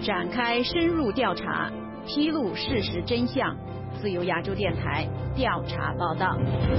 展开深入调查，披露事实真相。自由亚洲电台调查报道。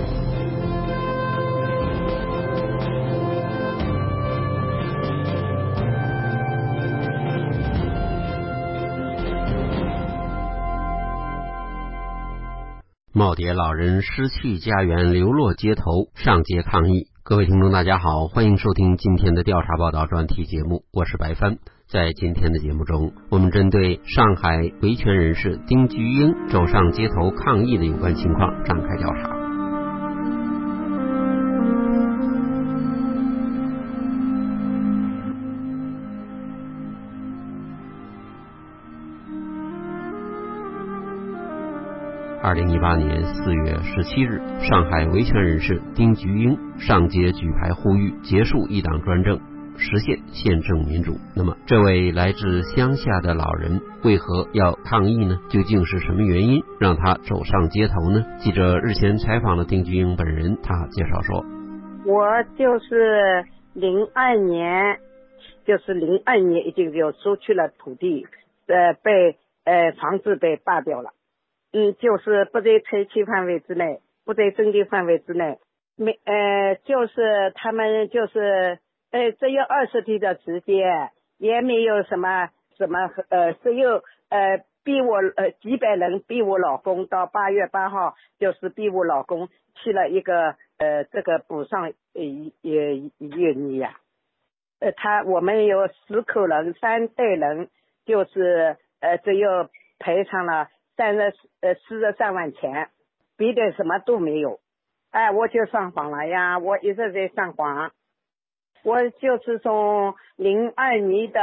耄耋老人失去家园，流落街头，上街抗议。各位听众大家好，欢迎收听今天的调查报道专题节目，我是白帆。在今天的节目中，我们针对上海维权人士丁菊英走上街头抗议的有关情况展开调查。2018年4月17日，上海维权人士丁菊英上街举牌呼吁结束一党专政，实现宪政民主。那么，这位来自乡下的老人为何要抗议呢？究竟是什么原因让他走上街头呢？记者日前采访了丁菊英本人，他介绍说：“ 我就是02年已经有收去了土地，被房子被罢掉了。就是不在拆迁范围之内，不在征地范围之内，就是他们就是只有20天的时间，也没有什么只有逼我几百人逼我老公到8月8号，就是逼我老公去了一个这个补上医院呀。我们有10口人，3代人，就是只有赔偿了43万钱，别的什么都没有。我就上访了呀，我一直在上访。我就是从02年的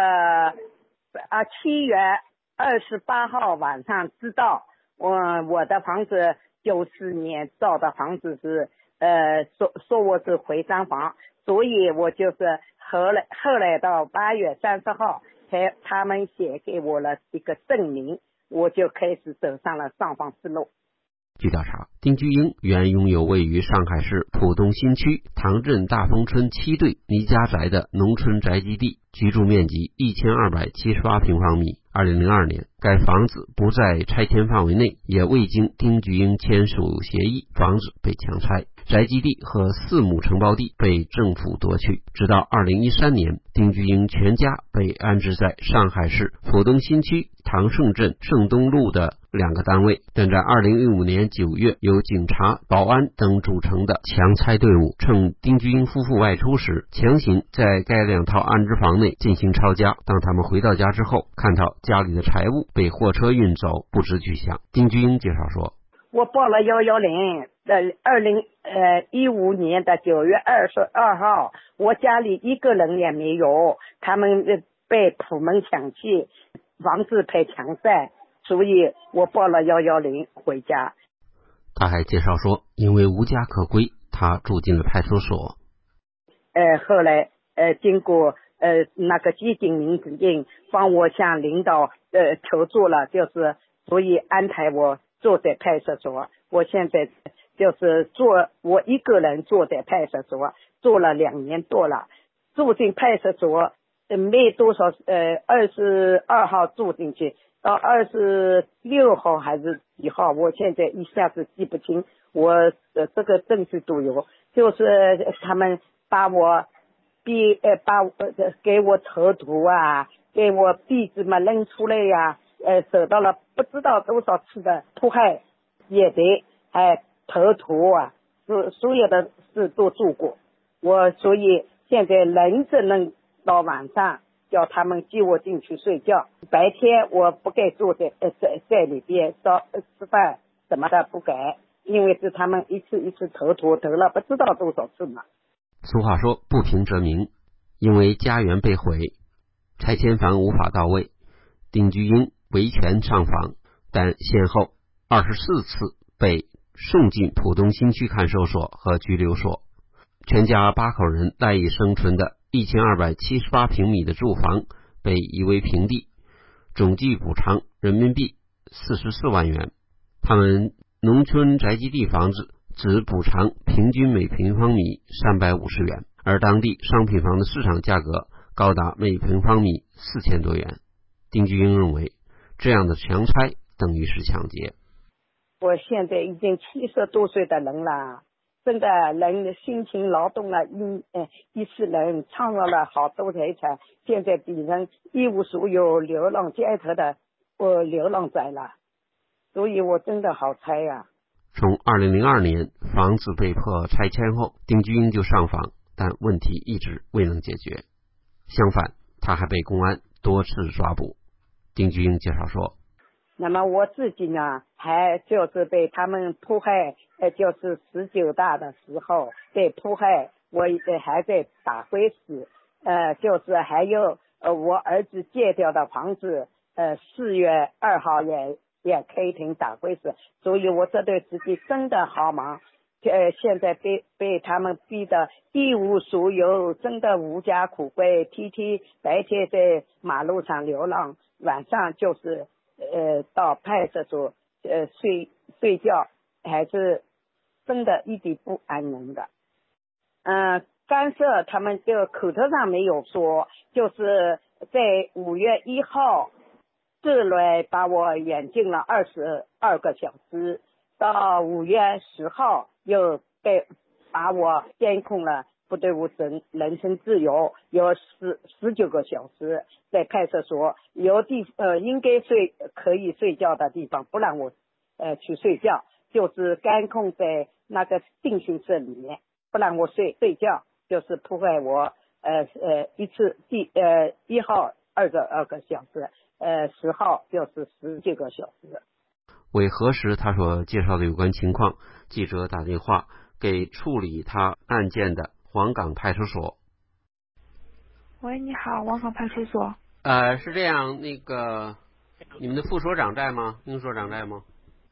7月28号晚上知道，我的房子94年造的房子是说我是回张房，所以我就是后来到8月30号他们写给我了一个证明，我就开始走上了上访之路。 据调查，丁菊英原拥有位于上海市浦东新区唐镇大丰村7对倪家宅的农村宅基地，居住面积1278平方米。2002年，该房子不在拆迁范围内，也未经丁菊英签署协议，房子被强拆，宅基地和4亩承包地被政府夺去。直到2013年，丁菊英全家被安置在上海市浦东新区唐盛镇盛东路的2个单位，但在2015年9月，由警察、保安等组成的强拆队伍趁丁菊英夫妇外出时，强行在该2套安置房内进行抄家。当他们回到家之后，看到家里的财物被货车运走，不知去向。丁菊英介绍说：“ 我报了110， 2015年的9月22号，我家里一个人也没有，他们被浦门抢去，房子被强占，所以我报了110回家。” 他还介绍说，因为无家可归，他住进了派出所。 后来经过那个基金民指定帮我向领导求助了，就是所以安排我坐在派出所。我现在就是我一个人坐在派出所，坐了2年多了。住进派出所没多少22号住进去，到26号还是几号，我现在一下子记不清。我这个证据都有，就是他们把我给我头图啊，给我鼻子嘛扔出来呀，受到了不知道多少次的迫害、也得还头图啊，所有的事都做过。我所以现在人只能到晚上叫他们接我进去睡觉，白天我不该坐在里边吃饭什么的不该，因为是他们一次一次头图投了不知道多少次嘛。 俗话说不平则鸣，因为家园被毁，拆迁房无法到位，丁菊英维权上访，但先后24次被送进浦东新区看守所和拘留所。全家8口人赖以生存的1278平米的住房被夷为平地，总计补偿人民币44万元。他们农村宅基地房子只补偿平均每平方米350元，而当地商品房的市场价格高达每平方米4000多元。 丁菊英认为，这样的强拆等于是抢劫。 我现在已经70多岁的人了，真的人的辛勤劳动了一世人，创造了好多财产，现在变成一无所有、流浪街头的流浪仔了，所以我真的好拆呀。 从2002年房子被迫拆迁后，丁菊英就上访，但问题一直未能解决。相反，他还被公安多次抓捕。丁菊英介绍说， 那么我自己呢，还就是被他们迫害，就是19大的时候被迫害，我还在打官司，就是还有我儿子借掉的房子，4月2号也开庭打官司，所以我这段时间真的好忙，现在被他们逼得一无所有，真的无家可归，白天在马路上流浪，晚上就是到派出所睡觉，还是真的一点不安宁的。干涉他们就口头上没有说，就是在5月1号自来把我软禁了22个小时，到5月10号又把我监控了，不对我人身自由，有19个小时，在派出所有应该可以睡觉的地方不让我去睡觉，就是监控在那个定心室里面不让我睡觉，就是破坏我一次1号22个小时，10号就是19个小时。 为核实他所介绍的有关情况，记者打电话给处理他案件的黄岗派出所。 喂，你好，黄岗派出所。 是这样，那个你们的副所长在吗？丁所长在吗？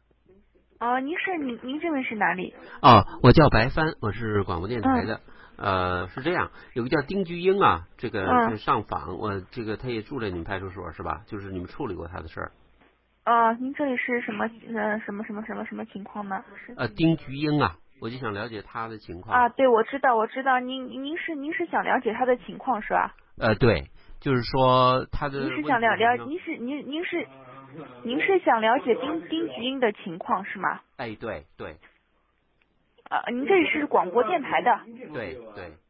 您这边是哪里？ 我叫白帆，我是广播电台的。是这样，有个叫丁菊英啊，这个上访，他也住在你们派出所是吧？就是你们处理过他的事儿。 您这里是什么情况呢？ 丁菊英啊，我就想了解他的情况。 对，我知道，您是想了解他的情况是吧？ 对，就是说他的。 您是想您是想了解丁菊英的情况是吗？ 对。 您这里是广播电台的。 对。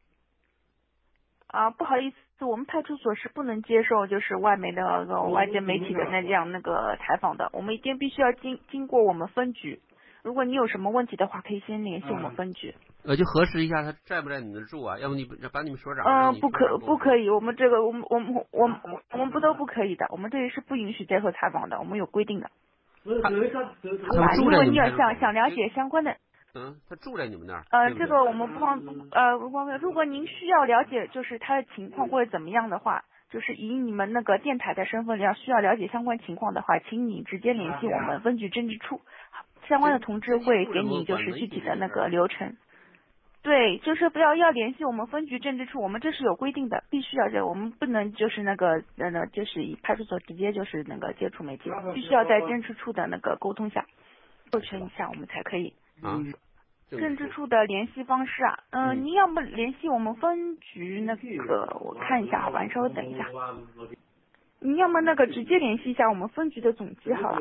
不好意思，我们派出所是不能接受就是外界媒体的那个采访的，我们一定必须要经过我们分局。如果你有什么问题的话，可以先联系我们分局。 就核实一下他在不在你那住啊？要不你把你们所长。 不可以，我们这个我们不可以的，我们这里是不允许接受采访的，我们有规定的。 他住如果你要想了解相关的。 他住在你们那儿。 这个我们不方如果您需要了解就是他的情况或者怎么样的话，就是以你们那个电台的身份需要了解相关情况的话，请你直接联系我们分局政治处，相关的同志会给你就是具体的那个流程。对，就是不要联系我们分局政治处，我们这是有规定的，必须要我们不能就是就是以派出所直接就是接触媒体，必须要在政治处的沟通下授权一下，我们才可以。政治处的联系方式你要么联系我们分局我看一下好吧，你稍微等一下。你要么直接联系一下我们分局的总机好了。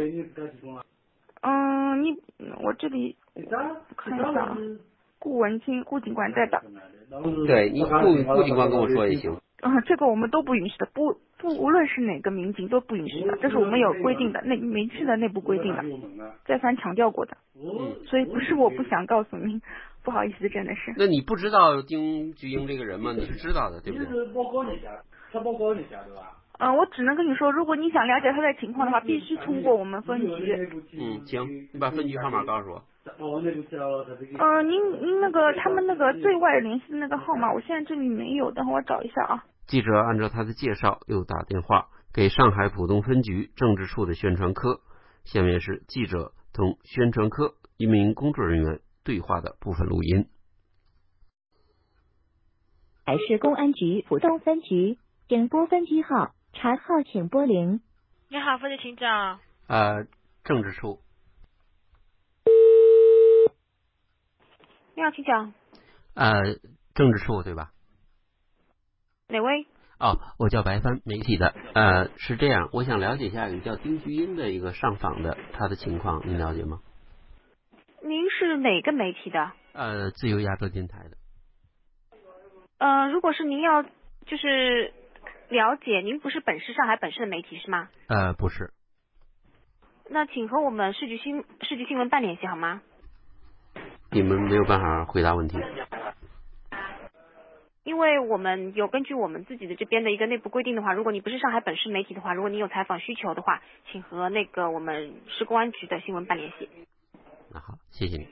我这里看一下顾警官在的。 对，你顾警官跟我说也行。 这个我们都不允许的，无论是哪个民警都不允许的，这是我们有规定的，明确的内部规定的，再三强调过的。所以不是我不想告诉您，不好意思，真的是。 那你不知道丁菊英这个人吗？你是知道的，对不对？ 他报告一下，对吧？ 我只能跟你说，如果你想了解他的情况的话，必须通过我们分局。 行，你把分局号码告诉我。 您他们对外联系的号码，我现在这里没有，等会我找一下啊。 记者按照他的介绍又打电话给上海浦东分局政治处的宣传科，下面是记者同宣传科一名工作人员对话的部分录音。 还是公安局浦东分局，请拨分局号，查号请拨0。 你好，分局厅长。 政治处。 你好，厅长。 政治处对吧？ 哪位？ 哦，我叫白帆，媒体的。是这样，我想了解一下有叫丁菊英的一个上访的他的情况，您了解吗？ 您是哪个媒体的？ 自由亚洲电台的。 如果是您要就是了解，您不是上海本市的媒体是吗？ 不是。 那请和我们市局新闻办联系好吗？ 你们没有办法回答问题。 因为我们有根据我们自己的这边的一个内部规定的话，如果你不是上海本市媒体的话，如果你有采访需求的话，请和那个我们市公安局的新闻办联系。 那好，谢谢你。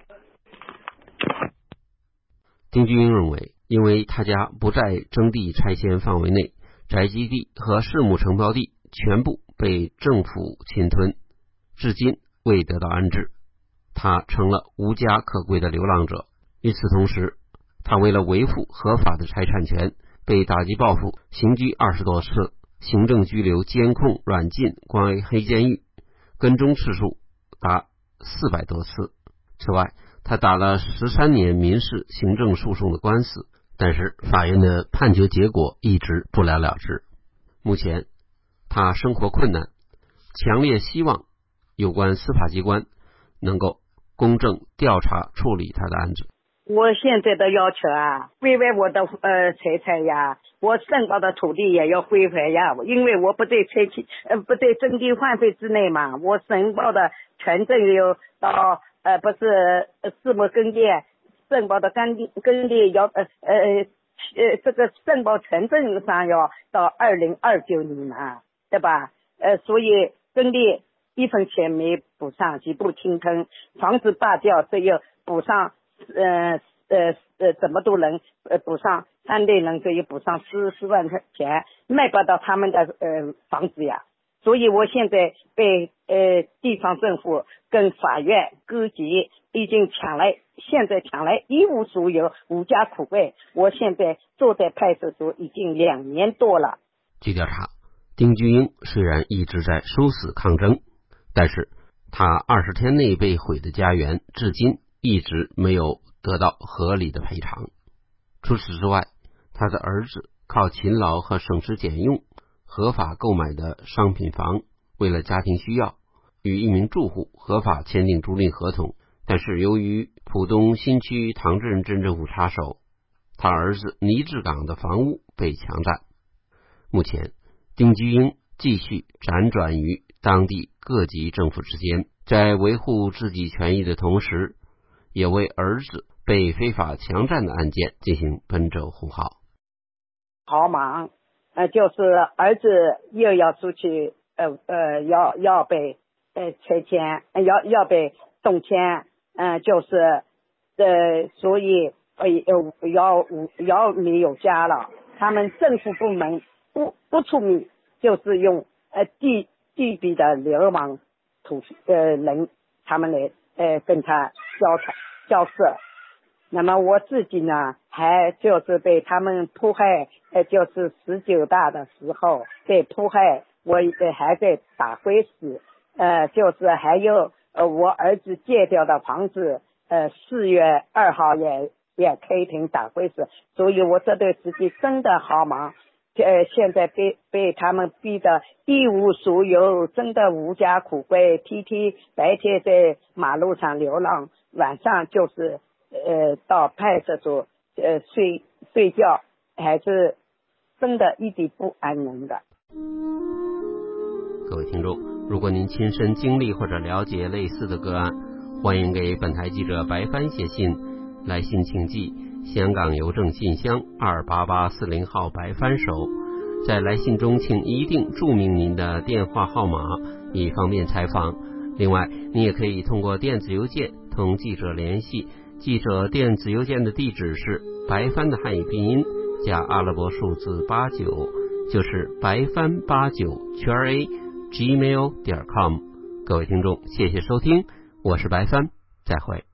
丁菊英认为，因为他家不在征地拆迁范围内，宅基地和市亩承包地全部被政府侵吞，至今未得到安置，他成了无家可归的流浪者。与此同时，他为了维护合法的财产权，被打击报复，刑拘20多次，行政拘留、监控、软禁，关为黑监狱，跟踪次数达400多次。此外，他打了13年民事行政诉讼的官司，但是法院的判决结果一直不了了之。目前他生活困难，强烈希望有关司法机关能够公正调查处理他的案子。 我现在的要求啊，归还我的财产呀，我申报的土地也要归还呀，因为我不在不在征地范围之内嘛，我申报的权证有到不是市亩耕地申报的耕地要这个申报权证上要到2029年啊，对吧？所以耕地1分钱没补上，几步侵吞，房子罢掉，这又补上怎么都能补上3类人，这又补上14万块钱，卖不到他们的房子呀。所以我现在被地方政府跟法院各级已经现在抢来一无所有，无家可归。我现在坐在派出所已经2年多了。 据调查，丁菊英虽然一直在殊死抗争，但是他20天内被毁的家园至今一直没有得到合理的赔偿。除此之外，他的儿子靠勤劳和省吃俭用合法购买的商品房，为了家庭需要与一名住户合法签订租赁合同，但是由于浦东新区唐镇镇政府插手，他儿子倪志港的房屋被强占。目前丁菊英继续辗转于当地各级政府之间，在维护自己权益的同时，也为儿子被非法强占的案件进行奔走呼号。 好忙，就是儿子又要出去，要被拆迁，要被动迁，就是所以要没有家了。他们政府部门不出面，就是用地痞的流氓人，他们来跟他交涉。那么我自己呢，还就是被他们迫害，就是19大的时候被迫害，我还在打官司，就是还有我儿子借掉的房子，4月2号也开庭打官司，所以我这段时间真的好忙，现在被他们逼得一无所有，真的无家可归，白天在马路上流浪，晚上就是到派出所睡觉，还是真的一点不安宁的。 各位听众，如果您亲身经历或者了解类似的个案，欢迎给本台记者白帆写信，来信请寄香港邮政信箱28840号白帆收。在来信中请一定注明您的电话号码，以方便采访。另外，你也可以通过电子邮件同记者联系，记者电子邮件的地址是白帆的汉语拼音加阿拉伯数字89，就是白帆89A gmail.com。各位听众，谢谢收听，我是白帆，再会。